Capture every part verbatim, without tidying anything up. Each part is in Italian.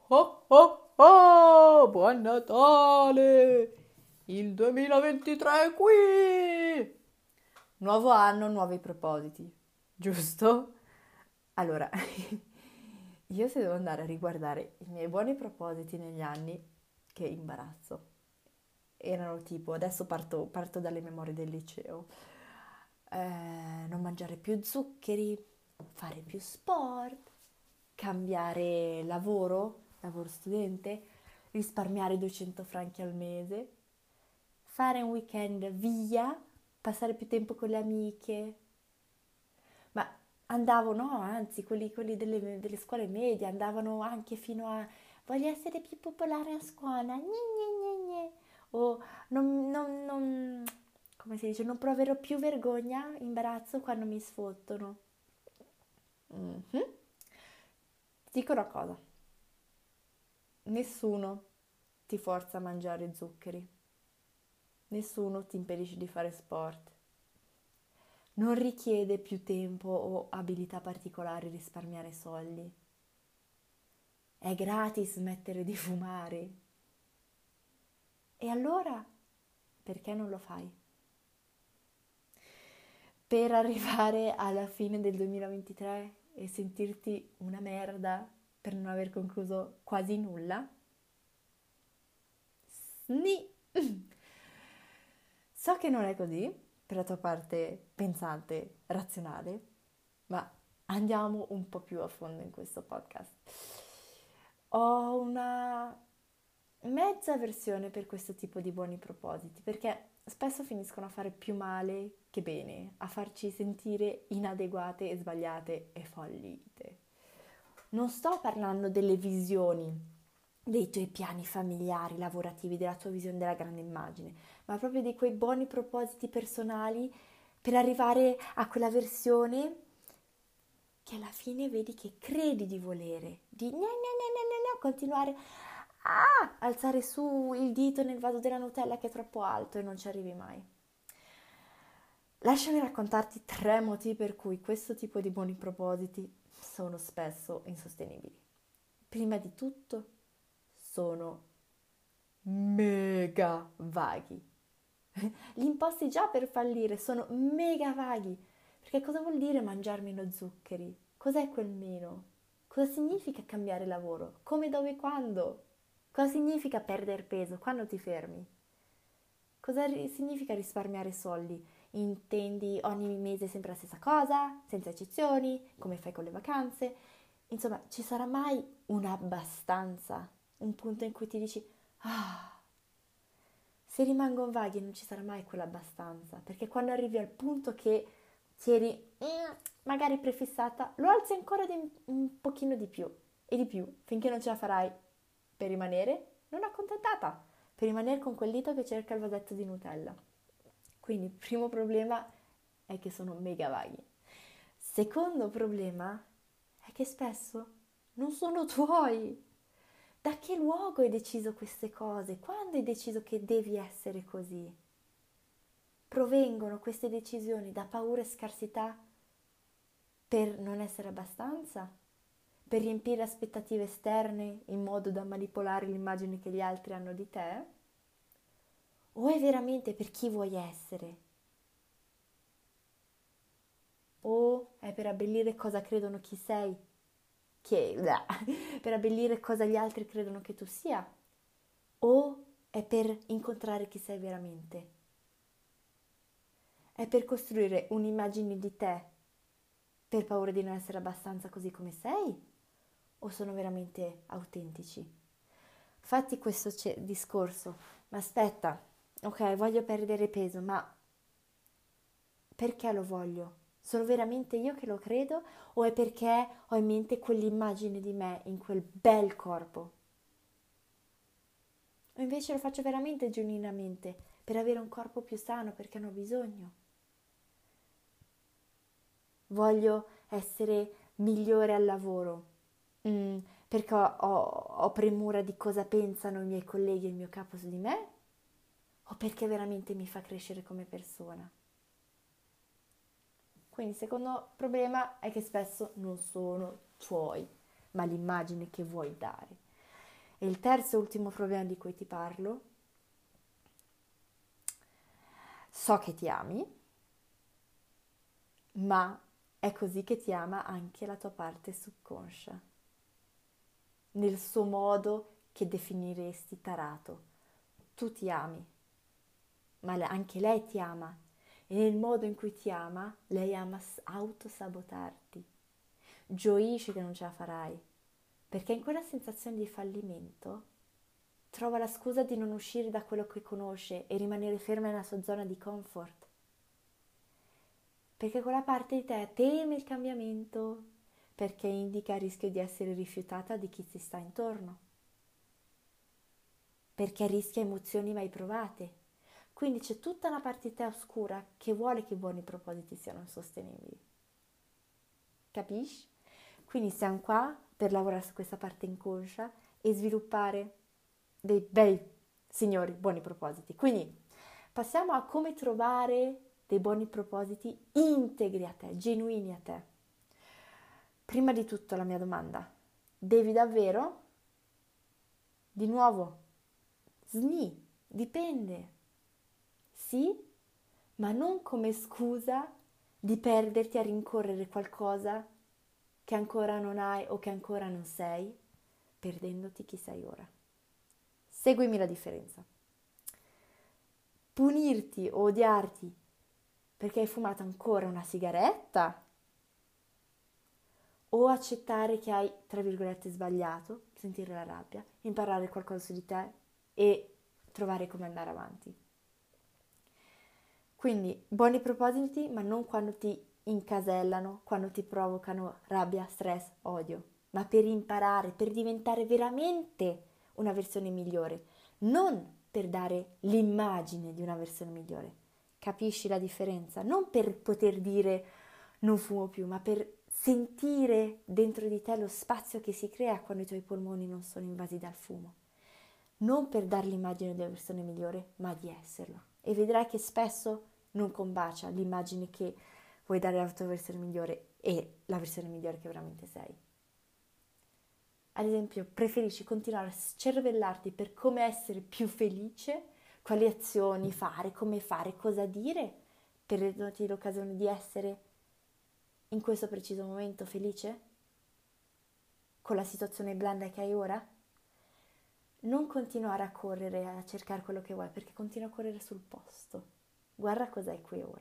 Oh oh oh, buon Natale! Il duemilaventitré è qui! Nuovo anno, nuovi propositi, giusto? Allora, io se devo andare a riguardare i miei buoni propositi negli anni, che imbarazzo. Erano tipo, adesso parto, parto dalle memorie del liceo. Eh, non mangiare più zuccheri, fare più sport, cambiare lavoro, lavoro studente, risparmiare duecento franchi al mese, fare un weekend via, passare più tempo con le amiche. Ma andavo, no, anzi, quelli, quelli delle, delle scuole medie andavano anche fino a voglio essere più popolare a scuola, gne, gne, gne, gne. O non, non, non, come si dice, non proverò più vergogna, imbarazzo quando mi sfottono. Mhm. Ti dico una cosa, nessuno ti forza a mangiare zuccheri, nessuno ti impedisce di fare sport, non richiede più tempo o abilità particolari risparmiare soldi. È gratis smettere di fumare. E allora perché non lo fai? Per arrivare alla fine del duemilaventitré e sentirti una merda per non aver concluso quasi nulla? Sni! So che non è così, per la tua parte pensante, razionale, ma andiamo un po' più a fondo in questo podcast. Ho una mezza versione per questo tipo di buoni propositi, perché spesso finiscono a fare più male che bene, a farci sentire inadeguate e sbagliate e fallite. Non sto parlando delle visioni, dei tuoi piani familiari, lavorativi, della tua visione della grande immagine, ma proprio di quei buoni propositi personali per arrivare a quella versione che alla fine vedi che credi di volere, di gna gna gna gna gna gna, continuare a alzare su il dito nel vaso della Nutella che è troppo alto e non ci arrivi mai. Lasciami raccontarti tre motivi per cui questo tipo di buoni propositi sono spesso insostenibili. Prima di tutto, sono mega vaghi. Gli imposti già per fallire sono mega vaghi. Perché cosa vuol dire mangiare meno zuccheri? Cos'è quel meno? Cosa significa cambiare lavoro? Come, dove, quando? Cosa significa perdere peso? Quando ti fermi? Cosa ri- significa risparmiare soldi? Intendi ogni mese sempre la stessa cosa? Senza eccezioni? Come fai con le vacanze? Insomma, ci sarà mai un abbastanza? Un punto in cui ti dici, ah, se rimangono vaghi non ci sarà mai quell'abbastanza, perché quando arrivi al punto che ti eri mm, magari prefissata, lo alzi ancora di, un pochino di più e di più, finché non ce la farai per rimanere non accontentata, per rimanere con quel dito che cerca il vasetto di Nutella. Quindi il primo problema è che sono mega vaghi. Secondo problema è che spesso non sono tuoi. Da che luogo hai deciso queste cose? Quando hai deciso che devi essere così? Provengono queste decisioni da paura e scarsità per non essere abbastanza? Per riempire aspettative esterne in modo da manipolare l'immagine che gli altri hanno di te? O è veramente per chi vuoi essere? O è per abbellire cosa credono chi sei? Che, per abbellire cosa gli altri credono che tu sia? O è per incontrare chi sei veramente? È per costruire un'immagine di te per paura di non essere abbastanza così come sei? O sono veramente autentici? Fatti questo ce- discorso, ma aspetta, ok, voglio perdere peso, ma perché lo voglio? Sono veramente io che lo credo o è perché ho in mente quell'immagine di me in quel bel corpo? O invece lo faccio veramente genuinamente per avere un corpo più sano perché ne ho bisogno? Voglio essere migliore al lavoro, mm, perché ho, ho- ho premura di cosa pensano i miei colleghi e il mio capo su di me? O perché veramente mi fa crescere come persona? Quindi il secondo problema è che spesso non sono tuoi, ma l'immagine che vuoi dare. E il terzo e ultimo problema di cui ti parlo, so che ti ami, ma è così che ti ama anche la tua parte subconscia, nel suo modo che definiresti tarato. Tu ti ami, ma anche lei ti ama, e nel modo in cui ti ama, lei ama autosabotarti, gioisce che non ce la farai, perché in quella sensazione di fallimento trova la scusa di non uscire da quello che conosce e rimanere ferma nella sua zona di comfort. Perché quella parte di te teme il cambiamento, perché indica il rischio di essere rifiutata di chi ti sta intorno, perché rischia emozioni mai provate. Quindi c'è tutta una parte di te oscura che vuole che i buoni propositi siano sostenibili. Capisci? Quindi siamo qua per lavorare su questa parte inconscia e sviluppare dei bei, signori, buoni propositi. Quindi passiamo a come trovare dei buoni propositi integri a te, genuini a te. Prima di tutto la mia domanda, devi davvero? Di nuovo, sni, dipende. Sì, ma non come scusa di perderti a rincorrere qualcosa che ancora non hai o che ancora non sei, perdendoti chi sei ora. Seguimi la differenza. Punirti o odiarti perché hai fumato ancora una sigaretta, o accettare che hai, tra virgolette, sbagliato, sentire la rabbia, imparare qualcosa su di te e trovare come andare avanti. Quindi buoni propositi, ma non quando ti incasellano, quando ti provocano rabbia, stress, odio, ma per imparare, per diventare veramente una versione migliore, non per dare l'immagine di una versione migliore. Capisci la differenza? Non per poter dire non fumo più, ma per sentire dentro di te lo spazio che si crea quando i tuoi polmoni non sono invasi dal fumo. Non per dare l'immagine di una versione migliore, ma di esserlo. E vedrai che spesso non combacia l'immagine che vuoi dare alla tua versione migliore e la versione migliore che veramente sei. Ad esempio, preferisci continuare a scervellarti per come essere più felice, quali azioni fare, come fare, cosa dire, per darti l'occasione di essere in questo preciso momento felice? Con la situazione blanda che hai ora? Non continuare a correre, a cercare quello che vuoi, perché continui a correre sul posto. Guarda cos'hai qui ora.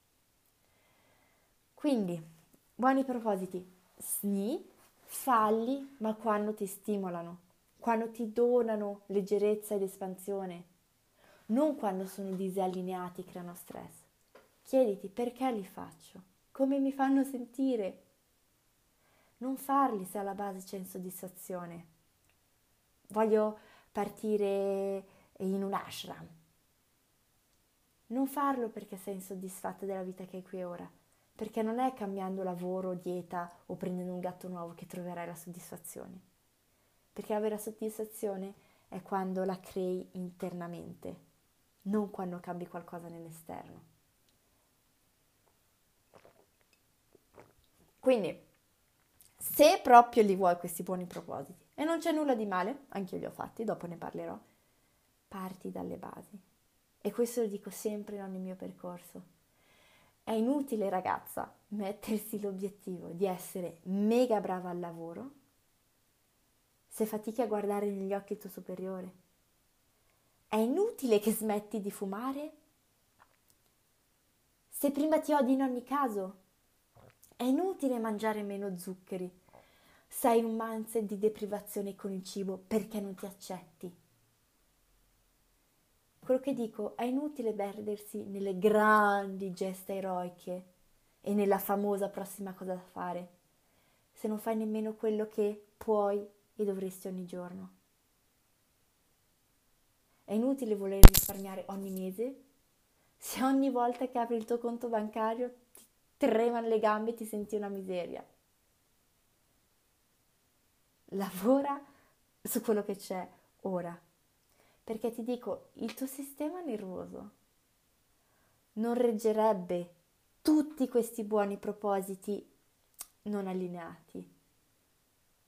Quindi, buoni propositi, sni, falli, ma quando ti stimolano, quando ti donano leggerezza ed espansione, non quando sono disallineati e creano stress. Chiediti perché li faccio, come mi fanno sentire. Non farli se alla base c'è insoddisfazione. Voglio partire in un ashram. Non farlo perché sei insoddisfatta della vita che hai qui ora, perché non è cambiando lavoro, dieta o prendendo un gatto nuovo che troverai la soddisfazione. Perché la vera soddisfazione è quando la crei internamente, non quando cambi qualcosa nell'esterno. Quindi, se proprio li vuoi questi buoni propositi, e non c'è nulla di male, anche io li ho fatti, dopo ne parlerò, parti dalle basi. E questo lo dico sempre in ogni mio percorso. È inutile, ragazza, mettersi l'obiettivo di essere mega brava al lavoro se fatichi a guardare negli occhi il tuo superiore. È inutile che smetti di fumare se prima ti odi in ogni caso. È inutile mangiare meno zuccheri se hai un mindset di deprivazione con il cibo perché non ti accetti. Quello che dico, è inutile perdersi nelle grandi gesta eroiche e nella famosa prossima cosa da fare, se non fai nemmeno quello che puoi e dovresti ogni giorno. È inutile voler risparmiare ogni mese, se ogni volta che apri il tuo conto bancario ti tremano le gambe e ti senti una miseria. Lavora su quello che c'è ora. Perché ti dico, il tuo sistema nervoso non reggerebbe tutti questi buoni propositi non allineati.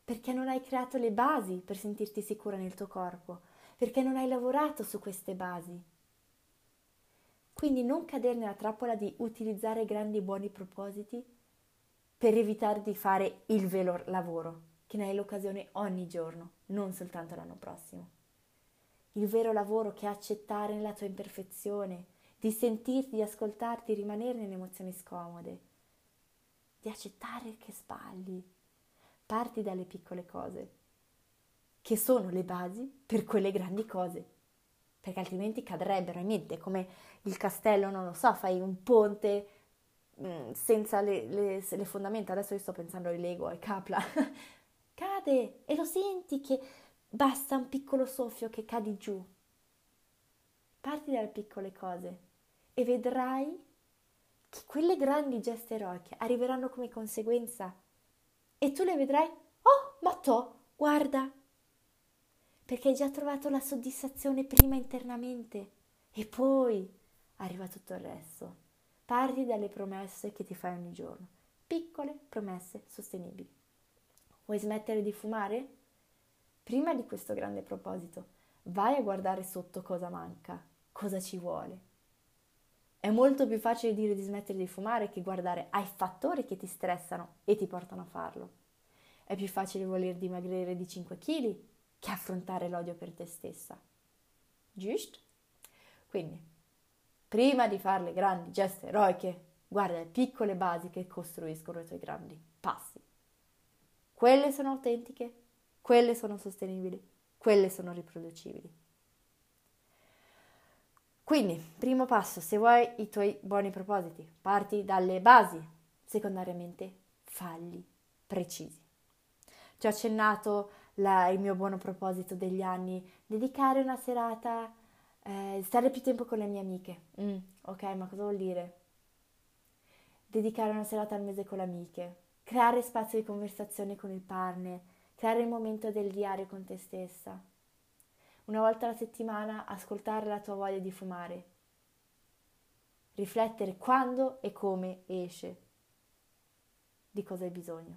perché non hai creato le basi per sentirti sicura nel tuo corpo, perché non hai lavorato su queste basi. Quindi non cadere nella trappola di utilizzare grandi buoni propositi per evitare di fare il vero lavoro, che ne hai l'occasione ogni giorno, non soltanto l'anno prossimo. Il vero lavoro che è accettare la tua imperfezione, di sentirti, di ascoltarti, rimanere nelle emozioni scomode, di accettare che sbagli. Parti dalle piccole cose, che sono le basi per quelle grandi cose, perché altrimenti cadrebbero in mente, come il castello, non lo so, fai un ponte mh, senza le, le, le fondamenta, adesso io sto pensando ai Lego, ai Kapla, cade e lo senti che basta un piccolo soffio che cadi giù. Parti dalle piccole cose e vedrai che quelle grandi gesta eroiche arriveranno come conseguenza e tu le vedrai, oh, ma to, guarda, perché hai già trovato la soddisfazione prima internamente e poi arriva tutto il resto. Parti dalle promesse che ti fai ogni giorno, piccole promesse sostenibili. Vuoi smettere di fumare? Prima di questo grande proposito, vai a guardare sotto cosa manca, cosa ci vuole. È molto più facile dire di smettere di fumare che guardare ai fattori che ti stressano e ti portano a farlo. È più facile voler dimagrire di cinque chili che affrontare l'odio per te stessa. Giusto? Quindi, prima di fare le grandi geste eroiche, guarda le piccole basi che costruiscono i tuoi grandi passi. Quelle sono autentiche, quelle sono sostenibili, quelle sono riproducibili. Quindi, primo passo, se vuoi i tuoi buoni propositi, parti dalle basi, secondariamente falli precisi. Ti ho accennato la, il mio buono proposito degli anni, dedicare una serata, eh, stare più tempo con le mie amiche. Mm, ok, ma cosa vuol dire? Dedicare una serata al mese con le amiche, creare spazio di conversazione con il partner, creare il momento del diario con te stessa. Una volta alla settimana ascoltare la tua voglia di fumare, riflettere quando e come esce, di cosa hai bisogno.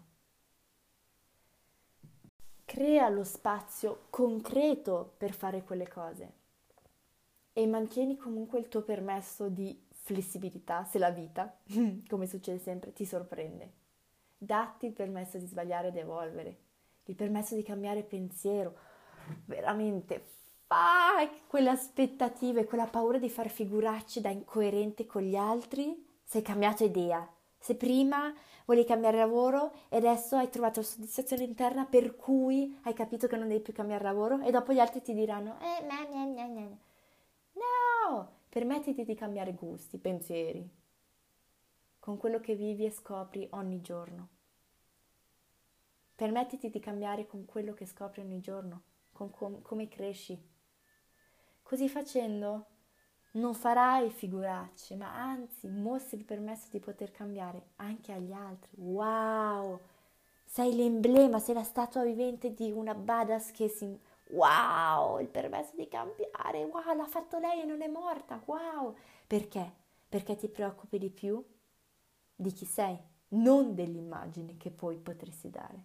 Crea lo spazio concreto per fare quelle cose e mantieni comunque il tuo permesso di flessibilità se la vita, come succede sempre, ti sorprende. Datti il permesso di sbagliare ed evolvere, il permesso di cambiare pensiero, veramente fa quelle aspettative, quella paura di fare figuracce da incoerente con gli altri, se hai cambiato idea. Se prima volevi cambiare lavoro e adesso hai trovato la soddisfazione interna per cui hai capito che non devi più cambiare lavoro e dopo gli altri ti diranno eh, na, na, na, na. No, permettiti di cambiare gusti, pensieri, con quello che vivi e scopri ogni giorno. Permettiti di cambiare con quello che scopri ogni giorno, con com- come cresci. Così facendo non farai figuracce, ma anzi mostri il permesso di poter cambiare anche agli altri. Wow! Sei l'emblema, sei la statua vivente di una badass che si... Wow! Il permesso di cambiare! Wow! L'ha fatto lei e non è morta! Wow! Perché? Perché ti preoccupi di più di chi sei, non dell'immagine che poi potresti dare.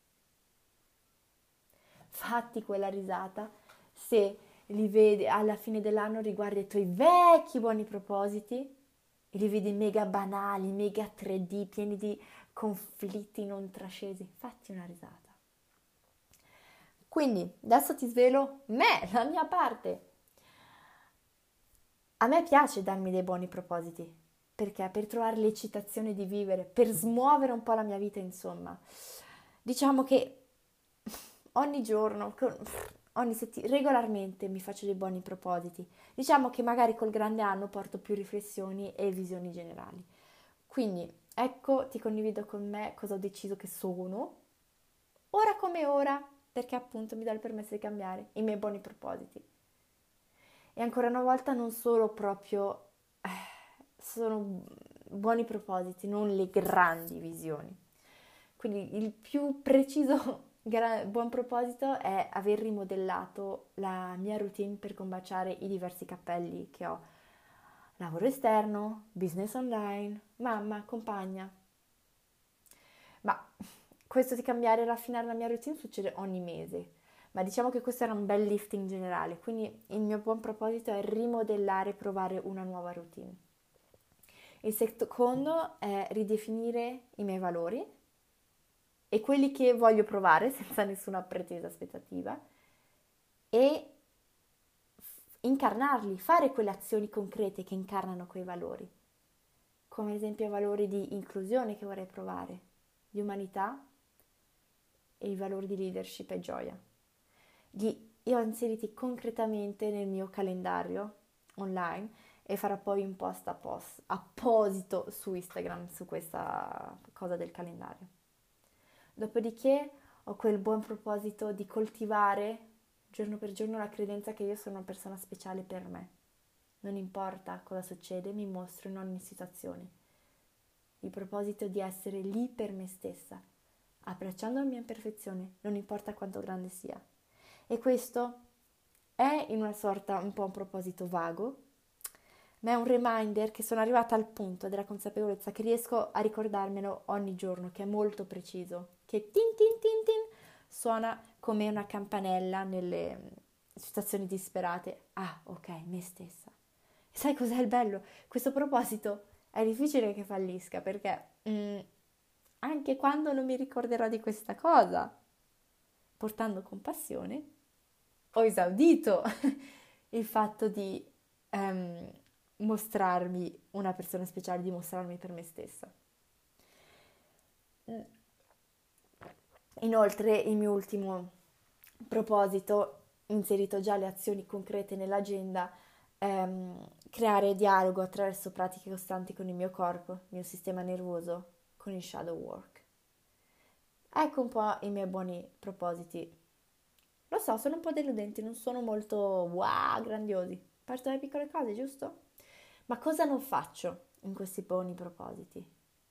Fatti quella risata se li vedi alla fine dell'anno, riguardi i tuoi vecchi buoni propositi e li vedi mega banali, mega tre D, pieni di conflitti non trascesi. Fatti una risata. Quindi adesso ti svelo me, la mia parte. A me piace darmi dei buoni propositi, perché? Per trovare l'eccitazione di vivere, per smuovere un po' la mia vita, insomma. Diciamo che ogni giorno, ogni settimana, regolarmente mi faccio dei buoni propositi. Diciamo che magari col grande anno porto più riflessioni e visioni generali. Quindi, ecco, ti condivido con me cosa ho deciso che sono, ora come ora, perché appunto mi dà il permesso di cambiare i miei buoni propositi. E ancora una volta non solo proprio, eh, sono buoni propositi, non le grandi visioni. Quindi il più preciso buon proposito è aver rimodellato la mia routine per combaciare i diversi cappelli che ho. Lavoro esterno, business online, mamma, compagna. Ma questo di cambiare e raffinare la mia routine succede ogni mese, ma diciamo che questo era un bel lifting generale, quindi il mio buon proposito è rimodellare e provare una nuova routine. Il secondo è ridefinire i miei valori e quelli che voglio provare senza nessuna pretesa aspettativa e incarnarli, fare quelle azioni concrete che incarnano quei valori, come ad esempio i valori di inclusione che vorrei provare, di umanità e i valori di leadership e gioia. Li ho inseriti concretamente nel mio calendario online e farò poi un post, a post apposito su Instagram su questa cosa del calendario. Dopodiché ho quel buon proposito di coltivare giorno per giorno la credenza che io sono una persona speciale per me. Non importa cosa succede, mi mostro in ogni situazione. Il proposito di essere lì per me stessa, abbracciando la mia imperfezione, non importa quanto grande sia. E questo è in una sorta un po' un proposito vago, ma è un reminder che sono arrivata al punto della consapevolezza che riesco a ricordarmelo ogni giorno, che è molto preciso, che tin tin tin tin suona come una campanella nelle situazioni disperate. Ah, ok, me stessa. E sai cos'è il bello? Questo proposito è difficile che fallisca perché mm, anche quando non mi ricorderò di questa cosa, portando compassione, ho esaudito il fatto di um, mostrarmi una persona speciale, di mostrarmi per me stessa. Inoltre, il mio ultimo proposito, inserito già le azioni concrete nell'agenda, è creare dialogo attraverso pratiche costanti con il mio corpo, il mio sistema nervoso, con il shadow work. Ecco un po' i miei buoni propositi. Lo so, sono un po' deludenti, non sono molto wow, grandiosi. Parto dalle piccole cose, giusto? Ma cosa non faccio in questi buoni propositi?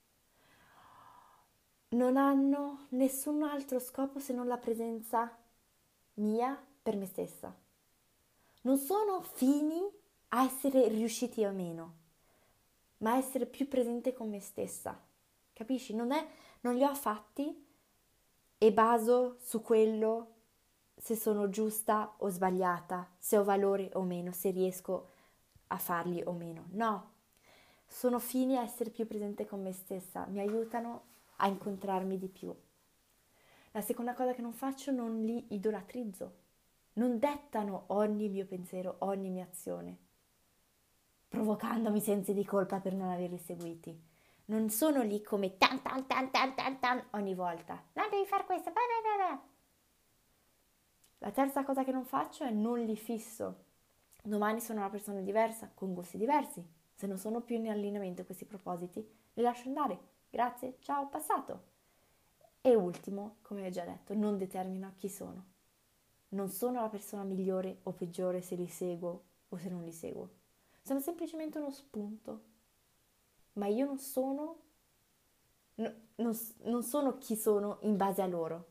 Non hanno nessun altro scopo se non la presenza mia per me stessa. Non sono fini a essere riusciti o meno, ma a essere più presente con me stessa. Capisci? Non è, non li ho fatti e baso su quello se sono giusta o sbagliata, se ho valore o meno, se riesco a farli o meno. No, sono fini a essere più presente con me stessa, mi aiutano a incontrarmi di più. La seconda cosa che non faccio, non li idolatrizzo, non dettano ogni mio pensiero, ogni mia azione, provocandomi sensi di colpa per non averli seguiti. Non sono lì come tan tan tan tan tan tan ogni volta. No, devi fare questo. Blah, blah, blah. La terza cosa che non faccio è non li fisso. Domani sono una persona diversa, con gusti diversi. Se non sono più in allineamento con questi propositi, li lascio andare. Grazie, ciao, passato. E ultimo, come ho già detto, non determina chi sono. Non sono la persona migliore o peggiore se li seguo o se non li seguo. Sono semplicemente uno spunto. Ma io non sono, no, non, non sono chi sono in base a loro.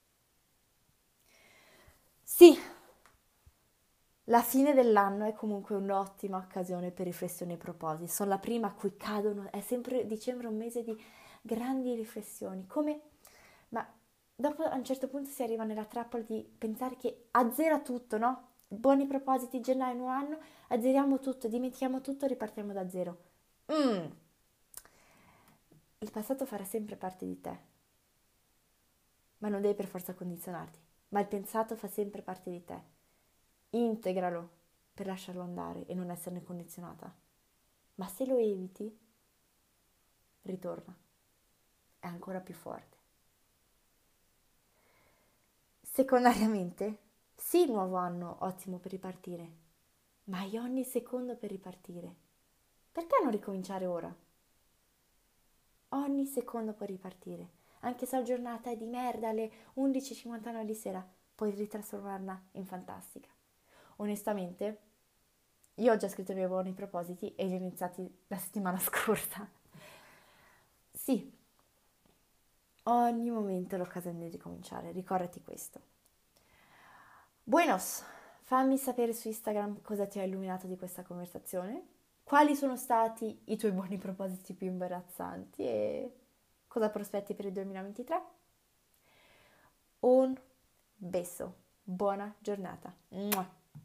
Sì, la fine dell'anno è comunque un'ottima occasione per riflessioni e propositi. Sono la prima a cui cadono, è sempre dicembre un mese di grandi riflessioni. Come, ma dopo a un certo punto si arriva nella trappola di pensare che azzera tutto, no? Buoni propositi, gennaio, nuovo anno, azzeriamo tutto, dimentichiamo tutto, ripartiamo da zero. Mm. Il passato farà sempre parte di te, ma non devi per forza condizionarti. Ma il pensato fa sempre parte di te. Integralo per lasciarlo andare e non esserne condizionata. Ma se lo eviti, ritorna. È ancora più forte. Secondariamente, sì, il nuovo anno ottimo per ripartire, ma hai ogni secondo per ripartire. Perché non ricominciare ora? Ogni secondo puoi ripartire. Anche se la giornata è di merda alle undici e cinquantanove di sera, puoi ritrasformarla in fantastica. Onestamente, io ho già scritto i miei buoni propositi e li ho iniziati la settimana scorsa. Sì, ogni momento è l'occasione di ricominciare, ricordati questo. Buenos, fammi sapere su Instagram cosa ti ha illuminato di questa conversazione, quali sono stati i tuoi buoni propositi più imbarazzanti e cosa prospetti per il duemilaventitré. Un beso, buona giornata. Mua.